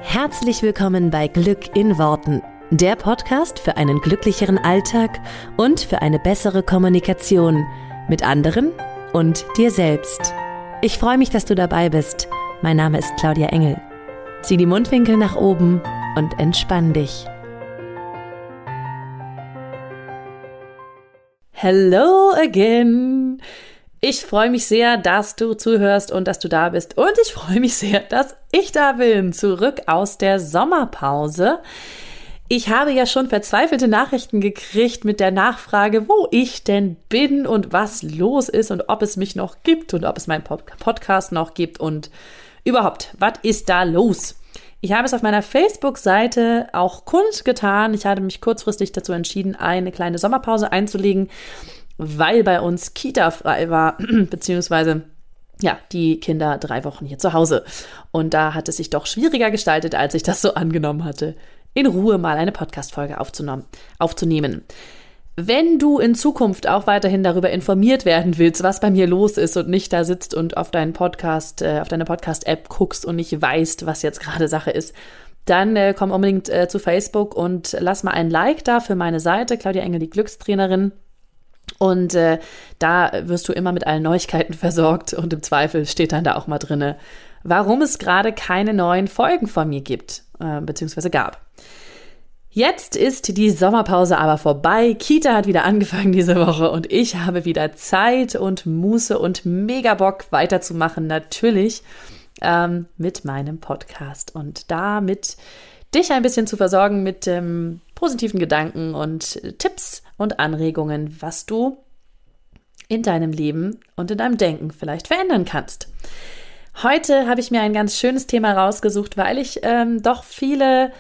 Herzlich willkommen bei Glück in Worten, der Podcast für einen glücklicheren Alltag und für eine bessere Kommunikation mit anderen und dir selbst. Ich freue mich, dass du dabei bist. Mein Name ist Claudia Engel. Zieh die Mundwinkel nach oben und entspann dich. Hello again! Ich freue mich sehr, dass du zuhörst und dass du da bist. Und ich freue mich sehr, dass ich da bin, zurück aus der Sommerpause. Ich habe ja schon verzweifelte Nachrichten gekriegt mit der Nachfrage, wo ich denn bin und was los ist und ob es mich noch gibt und ob es meinen Podcast noch gibt und überhaupt, was ist da los? Ich habe es auf meiner Facebook-Seite auch kundgetan. Ich hatte mich kurzfristig dazu entschieden, eine kleine Sommerpause einzulegen, weil bei uns Kita frei war, beziehungsweise ja, die Kinder 3 Wochen hier zu Hause. Und da hat es sich doch schwieriger gestaltet, als ich das so angenommen hatte, in Ruhe mal eine Podcast-Folge aufzunehmen. Wenn du in Zukunft auch weiterhin darüber informiert werden willst, was bei mir los ist und nicht da sitzt und auf deinen Podcast, auf deine Podcast-App guckst und nicht weißt, was jetzt gerade Sache ist, dann komm unbedingt zu Facebook und lass mal ein Like da für meine Seite, Claudia Engel, die Glückstrainerin. Und da wirst du immer mit allen Neuigkeiten versorgt und im Zweifel steht dann da auch mal drinne, warum es gerade keine neuen Folgen von mir gibt, beziehungsweise gab. Jetzt ist die Sommerpause aber vorbei. Kita hat wieder angefangen diese Woche und ich habe wieder Zeit und Muße und mega Bock weiterzumachen, natürlich mit meinem Podcast und damit dich ein bisschen zu versorgen mit positiven Gedanken und Tipps und Anregungen, was du in deinem Leben und in deinem Denken vielleicht verändern kannst. Heute habe ich mir ein ganz schönes Thema rausgesucht, weil ich doch viel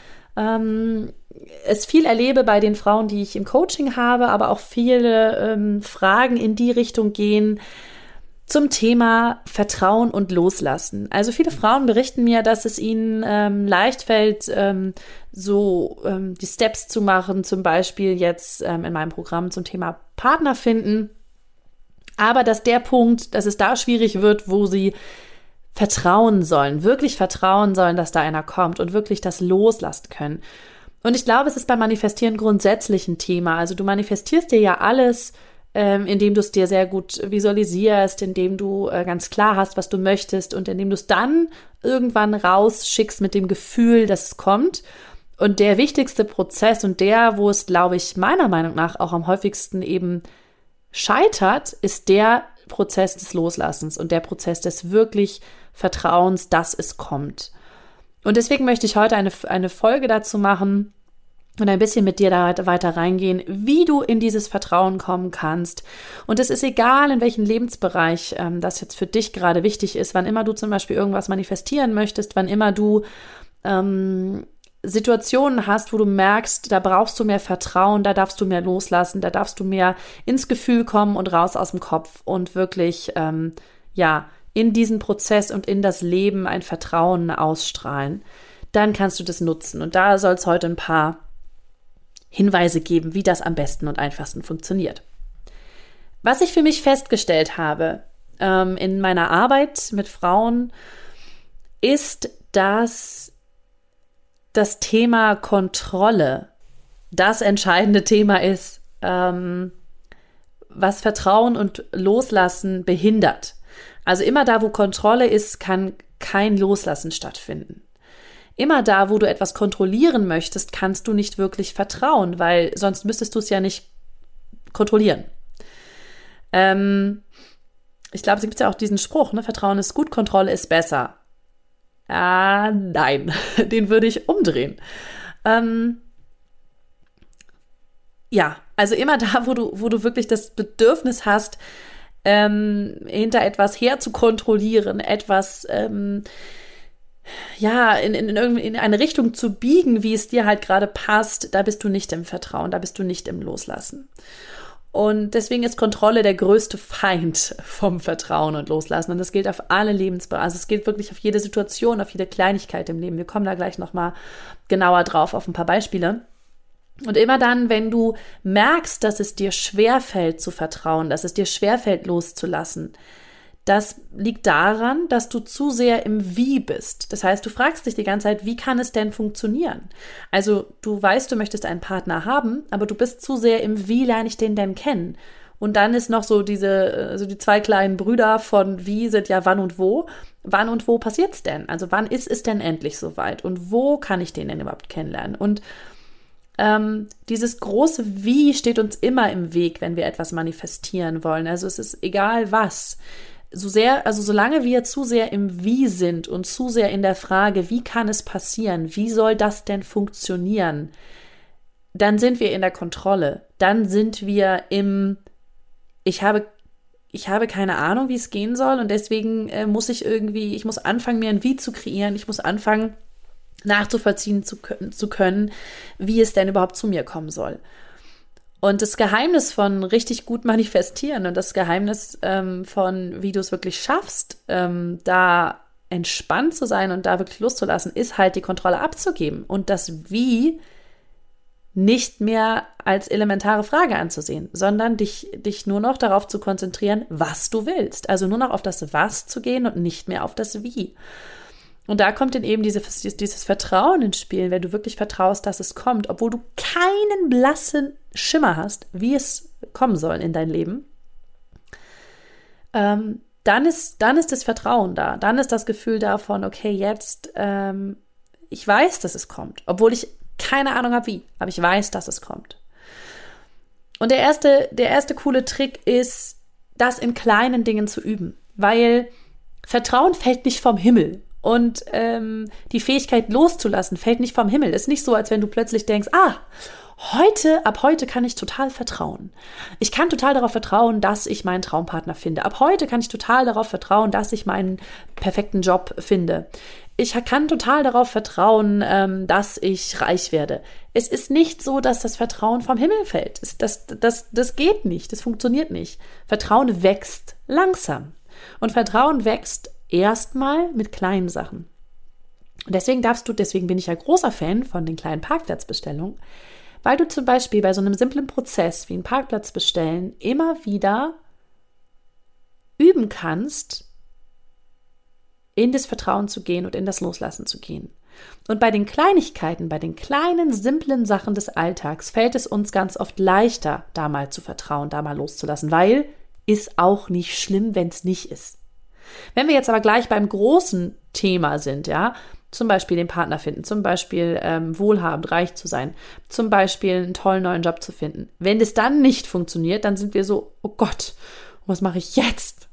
erlebe bei den Frauen, die ich im Coaching habe, aber auch viele Fragen in die Richtung gehen zum Thema Vertrauen und Loslassen. Also viele Frauen berichten mir, dass es ihnen leicht fällt, die Steps zu machen, zum Beispiel jetzt in meinem Programm zum Thema Partner finden, aber dass es da schwierig wird, wo sie vertrauen sollen, wirklich vertrauen sollen, dass da einer kommt und wirklich das loslassen können. Und ich glaube, es ist beim Manifestieren grundsätzlich ein Thema. Also du manifestierst dir ja alles, indem du es dir sehr gut visualisierst, indem du ganz klar hast, was du möchtest und indem du es dann irgendwann rausschickst mit dem Gefühl, dass es kommt. Und der wichtigste Prozess und der, wo es, glaube ich, meiner Meinung nach auch am häufigsten eben scheitert, ist der Prozess des Loslassens und der Prozess des wirklich Vertrauens, dass es kommt. Und deswegen möchte ich heute eine Folge dazu machen und ein bisschen mit dir da weiter reingehen, wie du in dieses Vertrauen kommen kannst. Und es ist egal, in welchem Lebensbereich das jetzt für dich gerade wichtig ist, wann immer du zum Beispiel irgendwas manifestieren möchtest, wann immer du Situationen hast, wo du merkst, da brauchst du mehr Vertrauen, da darfst du mehr loslassen, da darfst du mehr ins Gefühl kommen und raus aus dem Kopf und wirklich, in diesen Prozess und in das Leben ein Vertrauen ausstrahlen. Dann kannst du das nutzen. Und da soll es heute ein paar Hinweise geben, wie das am besten und einfachsten funktioniert. Was ich für mich festgestellt habe in meiner Arbeit mit Frauen, ist, dass das Thema Kontrolle das entscheidende Thema ist, was Vertrauen und Loslassen behindert. Also immer da, wo Kontrolle ist, kann kein Loslassen stattfinden. Immer da, wo du etwas kontrollieren möchtest, kannst du nicht wirklich vertrauen, weil sonst müsstest du es ja nicht kontrollieren. Ich glaube, es gibt ja auch diesen Spruch, ne? Vertrauen ist gut, Kontrolle ist besser. Nein, den würde ich umdrehen. Also immer da, wo du wirklich das Bedürfnis hast, hinter etwas her zu kontrollieren, etwas in eine Richtung zu biegen, wie es dir halt gerade passt, da bist du nicht im Vertrauen, da bist du nicht im Loslassen. Und deswegen ist Kontrolle der größte Feind vom Vertrauen und Loslassen. Und das gilt auf alle Lebensbereiche. Also es gilt wirklich auf jede Situation, auf jede Kleinigkeit im Leben. Wir kommen da gleich nochmal genauer drauf auf ein paar Beispiele. Und immer dann, wenn du merkst, dass es dir schwerfällt zu vertrauen, dass es dir schwerfällt loszulassen, Das liegt daran, dass du zu sehr im Wie bist. Das heißt, du fragst dich die ganze Zeit, wie kann es denn funktionieren? Also du weißt, du möchtest einen Partner haben, aber du bist zu sehr im Wie lerne ich den denn kennen? Und dann ist noch so die 2 kleinen Brüder von wie sind ja wann und wo. Wann und wo passiert's denn? Also wann ist es denn endlich soweit? Und wo kann ich den denn überhaupt kennenlernen? Und dieses große Wie steht uns immer im Weg, wenn wir etwas manifestieren wollen. Also es ist egal was. Solange wir zu sehr im Wie sind und zu sehr in der Frage, wie kann es passieren? Wie soll das denn funktionieren? Dann sind wir in der Kontrolle. Dann sind wir ich habe keine Ahnung, wie es gehen soll und deswegen ich muss anfangen, mir ein Wie zu kreieren. Ich muss anfangen, nachzuvollziehen zu können, wie es denn überhaupt zu mir kommen soll. Und das Geheimnis von richtig gut manifestieren und das Geheimnis von, wie du es wirklich schaffst, da entspannt zu sein und da wirklich loszulassen, ist halt die Kontrolle abzugeben und das Wie nicht mehr als elementare Frage anzusehen, sondern dich nur noch darauf zu konzentrieren, was du willst. Also nur noch auf das Was zu gehen und nicht mehr auf das Wie. Und da kommt dann eben dieses Vertrauen ins Spiel, wenn du wirklich vertraust, dass es kommt, obwohl du keinen blassen Schimmer hast, wie es kommen soll in dein Leben. Dann ist das Vertrauen da. Dann ist das Gefühl davon, okay, jetzt, ich weiß, dass es kommt, obwohl ich keine Ahnung habe wie, aber ich weiß, dass es kommt. Und der erste coole Trick ist, das in kleinen Dingen zu üben, weil Vertrauen fällt nicht vom Himmel. Und die Fähigkeit loszulassen fällt nicht vom Himmel. Es ist nicht so, als wenn du plötzlich denkst, ab heute kann ich total vertrauen. Ich kann total darauf vertrauen, dass ich meinen Traumpartner finde. Ab heute kann ich total darauf vertrauen, dass ich meinen perfekten Job finde. Ich kann total darauf vertrauen, dass ich reich werde. Es ist nicht so, dass das Vertrauen vom Himmel fällt. Das geht nicht, das funktioniert nicht. Vertrauen wächst langsam. Und Vertrauen wächst erstmal mit kleinen Sachen. Und deswegen bin ich ja großer Fan von den kleinen Parkplatzbestellungen, weil du zum Beispiel bei so einem simplen Prozess wie einen Parkplatz bestellen immer wieder üben kannst, in das Vertrauen zu gehen und in das Loslassen zu gehen. Und bei den Kleinigkeiten, bei den kleinen, simplen Sachen des Alltags fällt es uns ganz oft leichter, da mal zu vertrauen, da mal loszulassen, weil ist auch nicht schlimm, wenn es nicht ist. Wenn wir jetzt aber gleich beim großen Thema sind, ja, zum Beispiel den Partner finden, zum Beispiel wohlhabend, reich zu sein, zum Beispiel einen tollen neuen Job zu finden. Wenn das dann nicht funktioniert, dann sind wir so, oh Gott, was mache ich jetzt?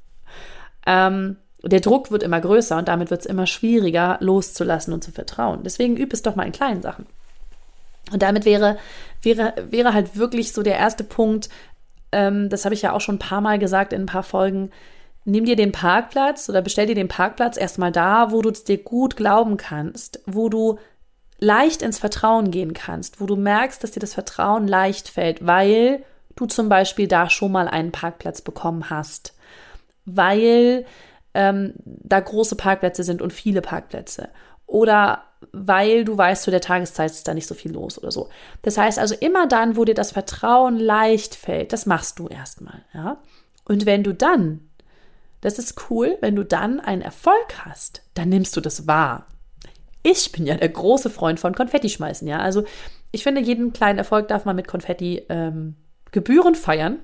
Der Druck wird immer größer und damit wird es immer schwieriger, loszulassen und zu vertrauen. Deswegen üb es doch mal in kleinen Sachen. Und damit wäre halt wirklich so der erste Punkt, das habe ich ja auch schon ein paar Mal gesagt in ein paar Folgen, nimm dir den Parkplatz oder bestell dir den Parkplatz erstmal da, wo du es dir gut glauben kannst, wo du leicht ins Vertrauen gehen kannst, wo du merkst, dass dir das Vertrauen leicht fällt, weil du zum Beispiel da schon mal einen Parkplatz bekommen hast, weil da große Parkplätze sind und viele Parkplätze oder weil du weißt, zu der Tageszeit ist da nicht so viel los oder so. Das heißt also immer dann, wo dir das Vertrauen leicht fällt, das machst du erstmal, ja. Und wenn du dann das ist cool, wenn du dann einen Erfolg hast, dann nimmst du das wahr. Ich bin ja der große Freund von Konfetti schmeißen, ja. Also ich finde, jeden kleinen Erfolg darf man mit Konfetti gebührend feiern.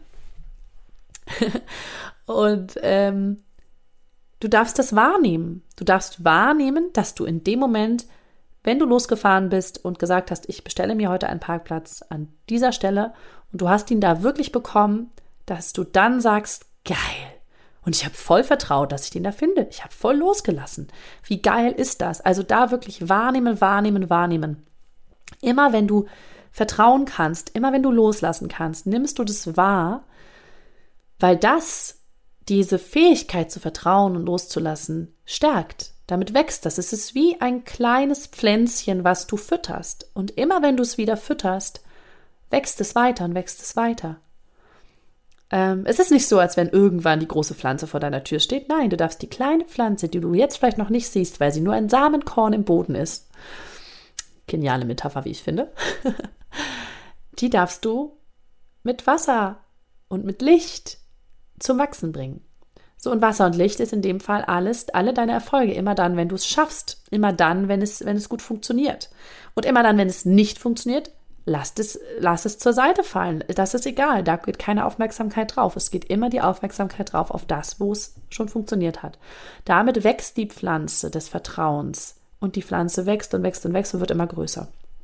Und du darfst das wahrnehmen. Du darfst wahrnehmen, dass du in dem Moment, wenn du losgefahren bist und gesagt hast, ich bestelle mir heute einen Parkplatz an dieser Stelle und du hast ihn da wirklich bekommen, dass du dann sagst, geil. Und ich habe voll vertraut, dass ich den da finde. Ich habe voll losgelassen. Wie geil ist das? Also da wirklich wahrnehmen, wahrnehmen, wahrnehmen. Immer wenn du vertrauen kannst, immer wenn du loslassen kannst, nimmst du das wahr, weil das diese Fähigkeit zu vertrauen und loszulassen stärkt. Damit wächst das. Es ist wie ein kleines Pflänzchen, was du fütterst. Und immer wenn du es wieder fütterst, wächst es weiter und wächst es weiter. Es ist nicht so, als wenn irgendwann die große Pflanze vor deiner Tür steht. Nein, du darfst die kleine Pflanze, die du jetzt vielleicht noch nicht siehst, weil sie nur ein Samenkorn im Boden ist, geniale Metapher, wie ich finde, die darfst du mit Wasser und mit Licht zum Wachsen bringen. So, und Wasser und Licht ist in dem Fall alle deine Erfolge. Immer dann, wenn du es schaffst. Immer dann, wenn es gut funktioniert. Und immer dann, wenn es nicht funktioniert, lass es zur Seite fallen. Das ist egal. Da geht keine Aufmerksamkeit drauf. Es geht immer die Aufmerksamkeit drauf auf das, wo es schon funktioniert hat. Damit wächst die Pflanze des Vertrauens. Und die Pflanze wächst und wächst und wächst und wird immer größer.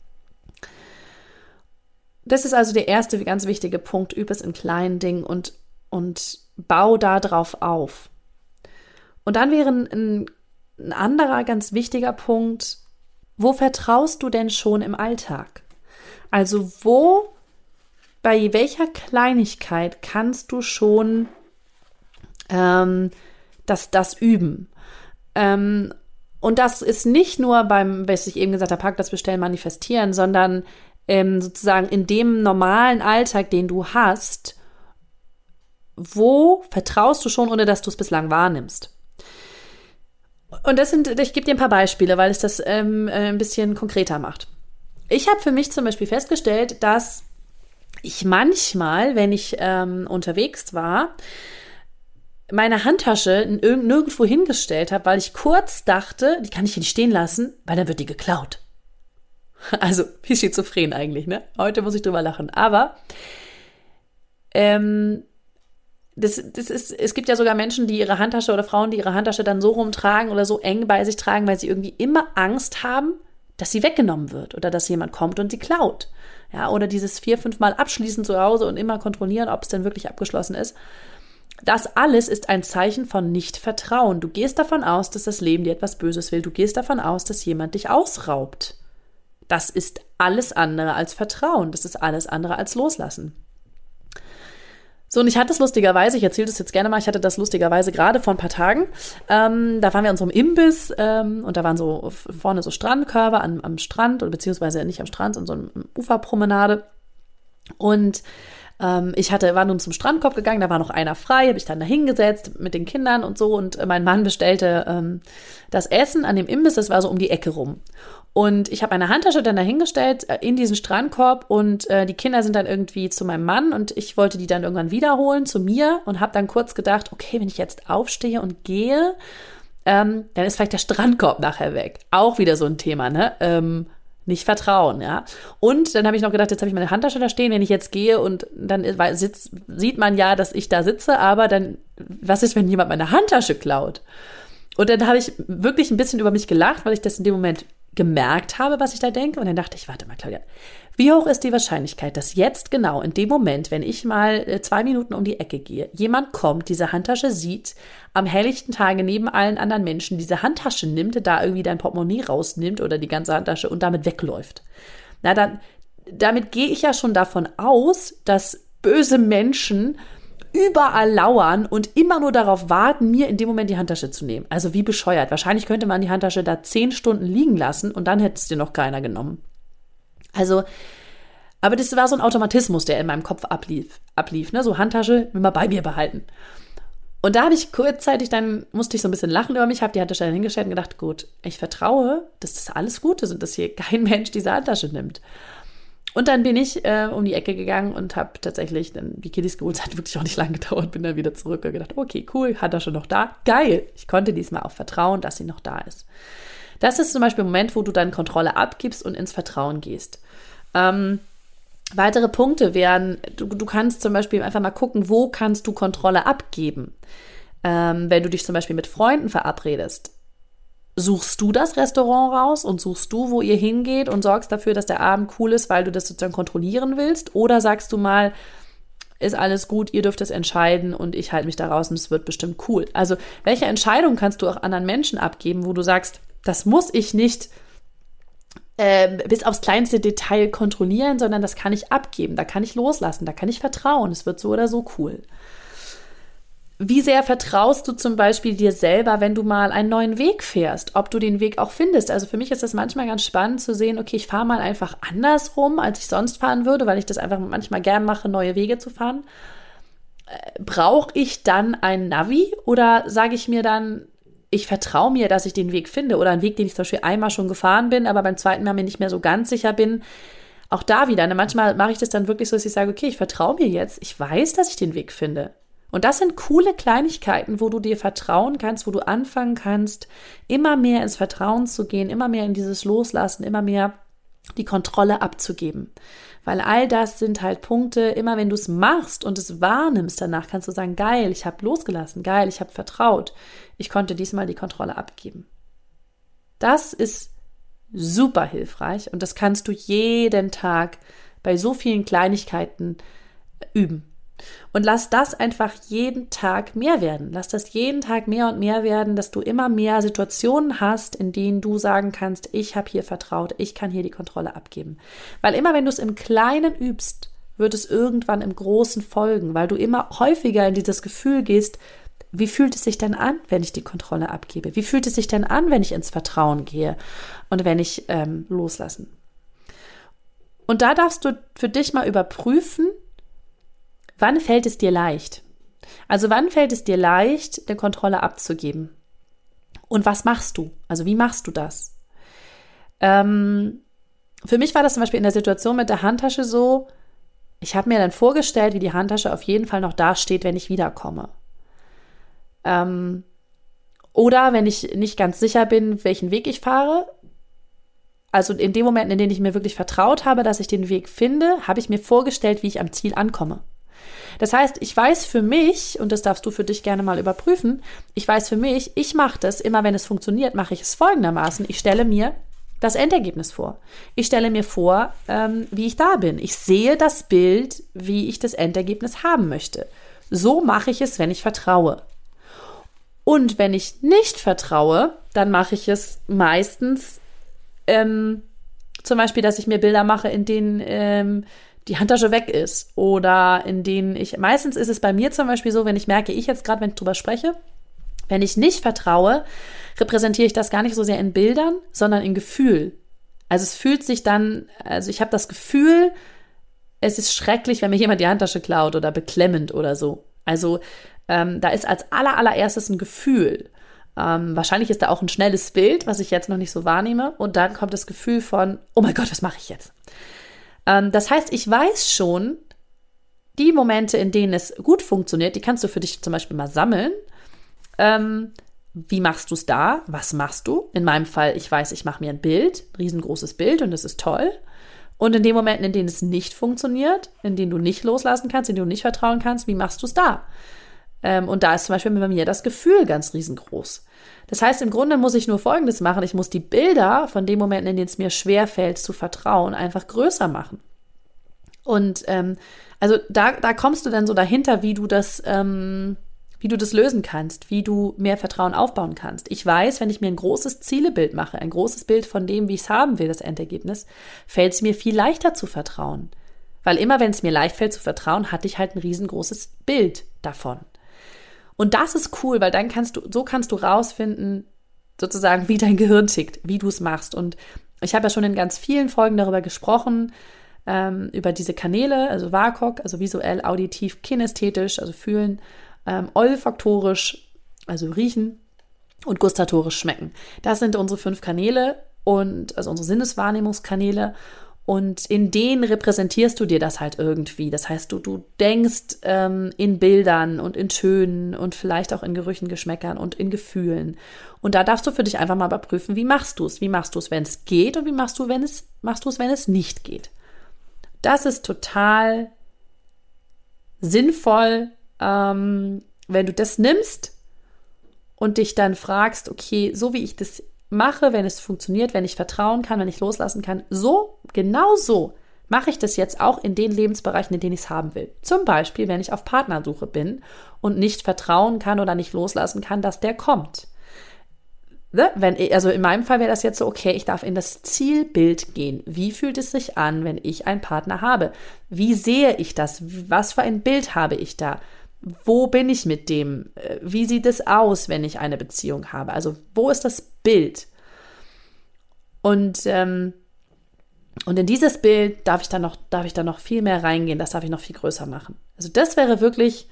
Das ist also der erste ganz wichtige Punkt. Übe es in kleinen Dingen und bau da drauf auf. Und dann wäre ein anderer ganz wichtiger Punkt, wo vertraust du denn schon im Alltag? Also bei welcher Kleinigkeit kannst du schon das üben? Und das ist nicht nur beim, was ich eben gesagt habe, Parkplatz bestellen, manifestieren, sondern sozusagen in dem normalen Alltag, den du hast, wo vertraust du schon, ohne dass du es bislang wahrnimmst? Und ich gebe dir ein paar Beispiele, weil es das ein bisschen konkreter macht. Ich habe für mich zum Beispiel festgestellt, dass ich manchmal, wenn ich unterwegs war, meine Handtasche nirgendwo hingestellt habe, weil ich kurz dachte, die kann ich hier nicht stehen lassen, weil dann wird die geklaut. Also, wie schizophren eigentlich, ne? Heute muss ich drüber lachen. Aber es gibt ja sogar Menschen, die ihre Handtasche oder Frauen, die ihre Handtasche dann so rumtragen oder so eng bei sich tragen, weil sie irgendwie immer Angst haben, dass sie weggenommen wird oder dass jemand kommt und sie klaut. Ja, oder dieses 4-5 Mal abschließen zu Hause und immer kontrollieren, ob es denn wirklich abgeschlossen ist. Das alles ist ein Zeichen von Nicht-Vertrauen. Du gehst davon aus, dass das Leben dir etwas Böses will. Du gehst davon aus, dass jemand dich ausraubt. Das ist alles andere als Vertrauen. Das ist alles andere als Loslassen. So, und ich hatte das lustigerweise, ich erzähle das jetzt gerne mal, ich hatte das lustigerweise gerade vor ein paar Tagen. Da waren wir in so einem Imbiss und da waren so vorne so Strandkörbe am Strand, oder beziehungsweise nicht am Strand, sondern so eine Uferpromenade. Und ich war nun zum Strandkorb gegangen, da war noch einer frei, habe ich dann da hingesetzt mit den Kindern und so. Und mein Mann bestellte das Essen an dem Imbiss, das war so um die Ecke rum. Und ich habe meine Handtasche dann dahingestellt in diesen Strandkorb und die Kinder sind dann irgendwie zu meinem Mann und ich wollte die dann irgendwann wiederholen zu mir und habe dann kurz gedacht, okay, wenn ich jetzt aufstehe und gehe, dann ist vielleicht der Strandkorb nachher weg. Auch wieder so ein Thema, ne? Nicht vertrauen, ja. Und dann habe ich noch gedacht, jetzt habe ich meine Handtasche da stehen, wenn ich jetzt gehe und dann sieht man ja, dass ich da sitze, aber dann, was ist, wenn jemand meine Handtasche klaut? Und dann habe ich wirklich ein bisschen über mich gelacht, weil ich das in dem Moment gemerkt habe, was ich da denke. Und dann dachte ich, warte mal, Claudia, wie hoch ist die Wahrscheinlichkeit, dass jetzt genau in dem Moment, wenn ich mal 2 Minuten um die Ecke gehe, jemand kommt, diese Handtasche sieht, am helllichten Tage neben allen anderen Menschen diese Handtasche nimmt, da irgendwie dein Portemonnaie rausnimmt oder die ganze Handtasche und damit wegläuft. Na, damit gehe ich ja schon davon aus, dass böse Menschen überall lauern und immer nur darauf warten, mir in dem Moment die Handtasche zu nehmen. Also wie bescheuert. Wahrscheinlich könnte man die Handtasche da 10 Stunden liegen lassen und dann hätte es dir noch keiner genommen. Also, aber das war so ein Automatismus, der in meinem Kopf ablief, ne? So Handtasche immer bei mir behalten. Und da habe ich kurzzeitig, dann musste ich so ein bisschen lachen über mich, habe die Handtasche dann hingestellt und gedacht, gut, ich vertraue, dass das alles gut ist und dass hier kein Mensch diese Handtasche nimmt. Und dann bin ich um die Ecke gegangen und habe tatsächlich dann die Kiddies geholt. Es hat wirklich auch nicht lange gedauert, bin dann wieder zurück und gedacht, okay, cool, Handtasche noch da, geil. Ich konnte diesmal auch vertrauen, dass sie noch da ist. Das ist zum Beispiel ein Moment, wo du dann Kontrolle abgibst und ins Vertrauen gehst. Weitere Punkte wären, du kannst zum Beispiel einfach mal gucken, wo kannst du Kontrolle abgeben. Wenn du dich zum Beispiel mit Freunden verabredest, suchst du das Restaurant raus und suchst du, wo ihr hingeht und sorgst dafür, dass der Abend cool ist, weil du das sozusagen kontrollieren willst? Oder sagst du mal, ist alles gut, ihr dürft es entscheiden und ich halte mich da raus und es wird bestimmt cool. Also welche Entscheidung kannst du auch anderen Menschen abgeben, wo du sagst, das muss ich nicht bis aufs kleinste Detail kontrollieren, sondern das kann ich abgeben, da kann ich loslassen, da kann ich vertrauen, es wird so oder so cool. Wie sehr vertraust du zum Beispiel dir selber, wenn du mal einen neuen Weg fährst, ob du den Weg auch findest? Also für mich ist das manchmal ganz spannend zu sehen, okay, ich fahre mal einfach andersrum, als ich sonst fahren würde, weil ich das einfach manchmal gern mache, neue Wege zu fahren. Brauche ich dann ein Navi oder sage ich mir dann, ich vertraue mir, dass ich den Weg finde oder einen Weg, den ich zum Beispiel einmal schon gefahren bin, aber beim zweiten Mal mir nicht mehr so ganz sicher bin. Auch da wieder, ne? Manchmal mache ich das dann wirklich so, dass ich sage, okay, ich vertraue mir jetzt, ich weiß, dass ich den Weg finde. Und das sind coole Kleinigkeiten, wo du dir vertrauen kannst, wo du anfangen kannst, immer mehr ins Vertrauen zu gehen, immer mehr in dieses Loslassen, immer mehr die Kontrolle abzugeben. Weil all das sind halt Punkte, immer wenn du es machst und es wahrnimmst, danach kannst du sagen, geil, ich habe losgelassen, geil, ich habe vertraut, ich konnte diesmal die Kontrolle abgeben. Das ist super hilfreich und das kannst du jeden Tag bei so vielen Kleinigkeiten üben. Und lass das einfach jeden Tag mehr werden. Lass das jeden Tag mehr und mehr werden, dass du immer mehr Situationen hast, in denen du sagen kannst, ich habe hier vertraut, ich kann hier die Kontrolle abgeben. Weil immer wenn du es im Kleinen übst, wird es irgendwann im Großen folgen, weil du immer häufiger in dieses Gefühl gehst, wie fühlt es sich denn an, wenn ich die Kontrolle abgebe? Wie fühlt es sich denn an, wenn ich ins Vertrauen gehe und wenn ich loslassen? Und da darfst du für dich mal überprüfen, wann fällt es dir leicht? Also wann fällt es dir leicht, die Kontrolle abzugeben? Und was machst du? Also wie machst du das? Für mich war das zum Beispiel in der Situation mit der Handtasche so, ich habe mir dann vorgestellt, wie die Handtasche auf jeden Fall noch da steht, wenn ich wiederkomme. Oder wenn ich nicht ganz sicher bin, welchen Weg ich fahre. Also in den Momenten, in denen ich mir wirklich vertraut habe, dass ich den Weg finde, habe ich mir vorgestellt, wie ich am Ziel ankomme. Das heißt, ich weiß für mich, und das darfst du für dich gerne mal überprüfen, ich weiß für mich, ich mache das, immer wenn es funktioniert, mache ich es folgendermaßen. Ich stelle mir das Endergebnis vor. Ich stelle mir vor, wie ich da bin. Ich sehe das Bild, wie ich das Endergebnis haben möchte. So mache ich es, wenn ich vertraue. Und wenn ich nicht vertraue, dann mache ich es meistens zum Beispiel, dass ich mir Bilder mache, in denen die Handtasche weg ist oder in denen meistens ist es bei mir zum Beispiel so, wenn ich merke, ich jetzt gerade, wenn ich drüber spreche, wenn ich nicht vertraue, repräsentiere ich das gar nicht so sehr in Bildern, sondern in Gefühl. Also es fühlt sich dann, also ich habe das Gefühl, es ist schrecklich, wenn mir jemand die Handtasche klaut oder beklemmend oder so. Also da ist als allererstes ein Gefühl. Wahrscheinlich ist da auch ein schnelles Bild, was ich jetzt noch nicht so wahrnehme. Und dann kommt das Gefühl von, oh mein Gott, was mache ich jetzt? Das heißt, ich weiß schon, die Momente, in denen es gut funktioniert, die kannst du für dich zum Beispiel mal sammeln. Wie machst du es da? Was machst du? In meinem Fall, ich weiß, ich mache mir ein Bild, ein riesengroßes Bild und das ist toll. Und in den Momenten, in denen es nicht funktioniert, in denen du nicht loslassen kannst, in denen du nicht vertrauen kannst, wie machst du es da? Und da ist zum Beispiel bei mir das Gefühl ganz riesengroß. Das heißt, im Grunde muss ich nur Folgendes machen. Ich muss die Bilder von den Momenten, in denen es mir schwerfällt zu vertrauen, einfach größer machen. Und also da kommst du dann so dahinter, wie du das lösen kannst, wie du mehr Vertrauen aufbauen kannst. Ich weiß, wenn ich mir ein großes Zielebild mache, ein großes Bild von dem, wie ich es haben will, das Endergebnis, fällt es mir viel leichter zu vertrauen. Weil immer, wenn es mir leicht fällt zu vertrauen, hatte ich halt ein riesengroßes Bild davon. Und das ist cool, weil dann kannst du rausfinden, sozusagen, wie dein Gehirn tickt, wie du es machst. Und ich habe ja schon in ganz vielen Folgen darüber gesprochen, über diese Kanäle, also WAKOK, also visuell, auditiv, kinästhetisch, also fühlen, olfaktorisch, also riechen und gustatorisch schmecken. Das sind unsere 5 Kanäle und also unsere Sinneswahrnehmungskanäle. Und in denen repräsentierst du dir das halt irgendwie. Das heißt, du denkst in Bildern und in Tönen und vielleicht auch in Gerüchen, Geschmäckern und in Gefühlen. Und da darfst du für dich einfach mal überprüfen, wie machst du es? Wie machst du es, wenn es geht und wie machst du es, wenn es nicht geht? Das ist total sinnvoll, wenn du das nimmst und dich dann fragst, okay, so wie ich das mache, wenn es funktioniert, wenn ich vertrauen kann, wenn ich loslassen kann, genau so mache ich das jetzt auch in den Lebensbereichen, in denen ich es haben will. Zum Beispiel, wenn ich auf Partnersuche bin und nicht vertrauen kann oder nicht loslassen kann, dass der kommt. Also in meinem Fall wäre das jetzt so, okay, ich darf in das Zielbild gehen. Wie fühlt es sich an, wenn ich einen Partner habe? Wie sehe ich das? Was für ein Bild habe ich da? Wo bin ich mit dem? Wie sieht es aus, wenn ich eine Beziehung habe? Also wo ist das Bild? Und in dieses Bild darf ich dann noch viel mehr reingehen. Das darf ich noch viel größer machen. Also das wäre wirklich,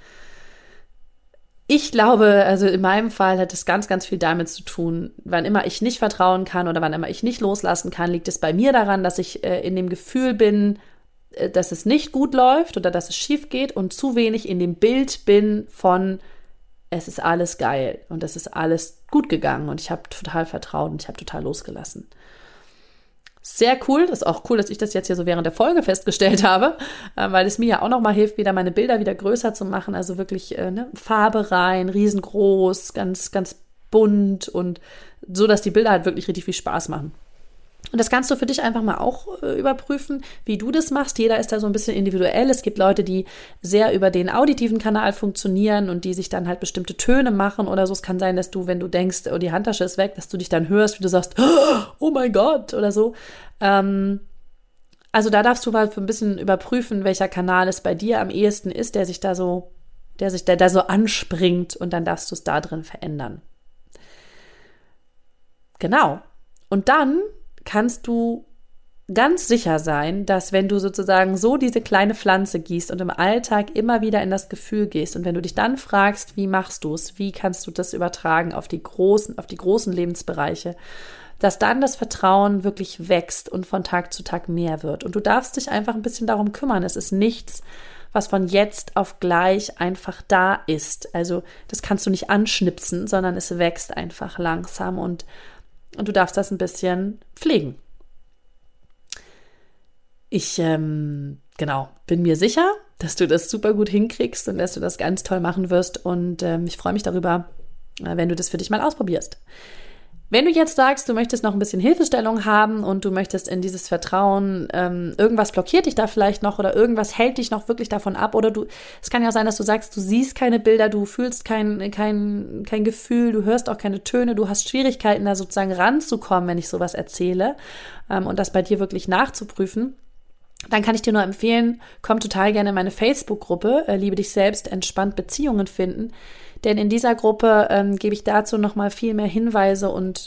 ich glaube, also in meinem Fall hat es ganz, ganz viel damit zu tun, wann immer ich nicht vertrauen kann oder wann immer ich nicht loslassen kann, liegt es bei mir daran, dass ich in dem Gefühl bin, dass es nicht gut läuft oder dass es schief geht und zu wenig in dem Bild bin von es ist alles geil und es ist alles gut gegangen und ich habe total vertraut und ich habe total losgelassen. Sehr cool, das ist auch cool, dass ich das jetzt hier so während der Folge festgestellt habe, weil es mir ja auch nochmal hilft, wieder meine Bilder wieder größer zu machen, also wirklich Farbe rein, riesengroß, ganz, ganz bunt und so, dass die Bilder halt wirklich richtig viel Spaß machen. Und das kannst du für dich einfach mal auch überprüfen, wie du das machst. Jeder ist da so ein bisschen individuell. Es gibt Leute, die sehr über den auditiven Kanal funktionieren und die sich dann halt bestimmte Töne machen oder so. Es kann sein, dass du, wenn du denkst, oh, die Handtasche ist weg, dass du dich dann hörst, wie du sagst, oh mein Gott oder so. Also da darfst du mal ein bisschen überprüfen, welcher Kanal es bei dir am ehesten ist, der da so anspringt und dann darfst du es da drin verändern. Genau. Und dann kannst du ganz sicher sein, dass wenn du sozusagen so diese kleine Pflanze gießt und im Alltag immer wieder in das Gefühl gehst und wenn du dich dann fragst, wie machst du es, wie kannst du das übertragen auf die großen Lebensbereiche, dass dann das Vertrauen wirklich wächst und von Tag zu Tag mehr wird. Und du darfst dich einfach ein bisschen darum kümmern. Es ist nichts, was von jetzt auf gleich einfach da ist. Also das kannst du nicht anschnipsen, sondern es wächst einfach langsam und du darfst das ein bisschen pflegen. Ich bin mir sicher, dass du das super gut hinkriegst und dass du das ganz toll machen wirst. Und ich freue mich darüber, wenn du das für dich mal ausprobierst. Wenn du jetzt sagst, du möchtest noch ein bisschen Hilfestellung haben und du möchtest in dieses Vertrauen, irgendwas blockiert dich da vielleicht noch oder irgendwas hält dich noch wirklich davon ab oder es kann ja auch sein, dass du sagst, du siehst keine Bilder, du fühlst kein Gefühl, du hörst auch keine Töne, du hast Schwierigkeiten, da sozusagen ranzukommen, wenn ich sowas erzähle und das bei dir wirklich nachzuprüfen. Dann kann ich dir nur empfehlen, komm total gerne in meine Facebook-Gruppe, Liebe dich selbst, entspannt Beziehungen finden. Denn in dieser Gruppe gebe ich dazu nochmal viel mehr Hinweise und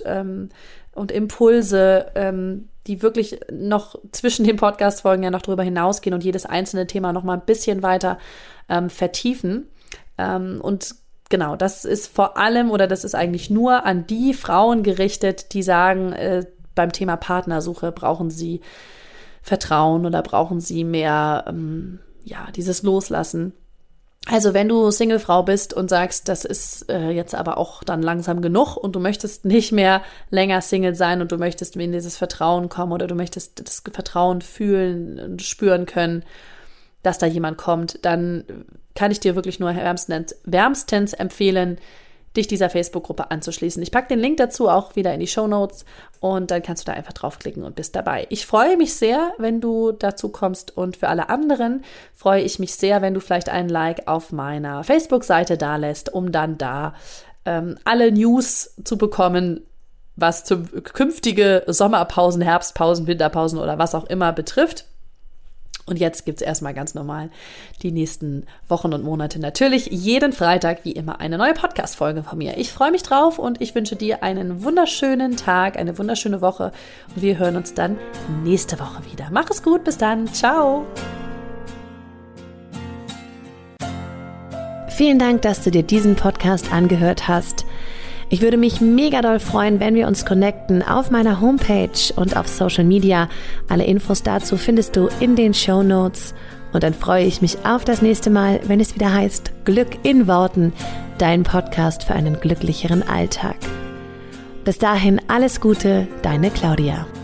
Impulse, die wirklich noch zwischen den Podcast-Folgen ja noch darüber hinausgehen und jedes einzelne Thema nochmal ein bisschen weiter vertiefen. Und genau, das ist vor allem oder das ist eigentlich nur an die Frauen gerichtet, die sagen, beim Thema Partnersuche brauchen sie Vertrauen oder brauchen sie mehr, dieses Loslassen. Also wenn du Singlefrau bist und sagst, das ist jetzt aber auch dann langsam genug und du möchtest nicht mehr länger Single sein und du möchtest in dieses Vertrauen kommen oder du möchtest das Vertrauen fühlen und spüren können, dass da jemand kommt, dann kann ich dir wirklich nur wärmstens empfehlen, dich dieser Facebook-Gruppe anzuschließen. Ich packe den Link dazu auch wieder in die Shownotes und dann kannst du da einfach draufklicken und bist dabei. Ich freue mich sehr, wenn du dazu kommst und für alle anderen freue ich mich sehr, wenn du vielleicht einen Like auf meiner Facebook-Seite da lässt, um dann da alle News zu bekommen, was künftige Sommerpausen, Herbstpausen, Winterpausen oder was auch immer betrifft. Und jetzt gibt's erstmal ganz normal die nächsten Wochen und Monate natürlich jeden Freitag wie immer eine neue Podcast-Folge von mir. Ich freue mich drauf und ich wünsche dir einen wunderschönen Tag, eine wunderschöne Woche und wir hören uns dann nächste Woche wieder. Mach es gut, bis dann, ciao! Vielen Dank, dass du dir diesen Podcast angehört hast. Ich würde mich mega doll freuen, wenn wir uns connecten auf meiner Homepage und auf Social Media. Alle Infos dazu findest du in den Shownotes. Und dann freue ich mich auf das nächste Mal, wenn es wieder heißt Glück in Worten, dein Podcast für einen glücklicheren Alltag. Bis dahin alles Gute, deine Claudia.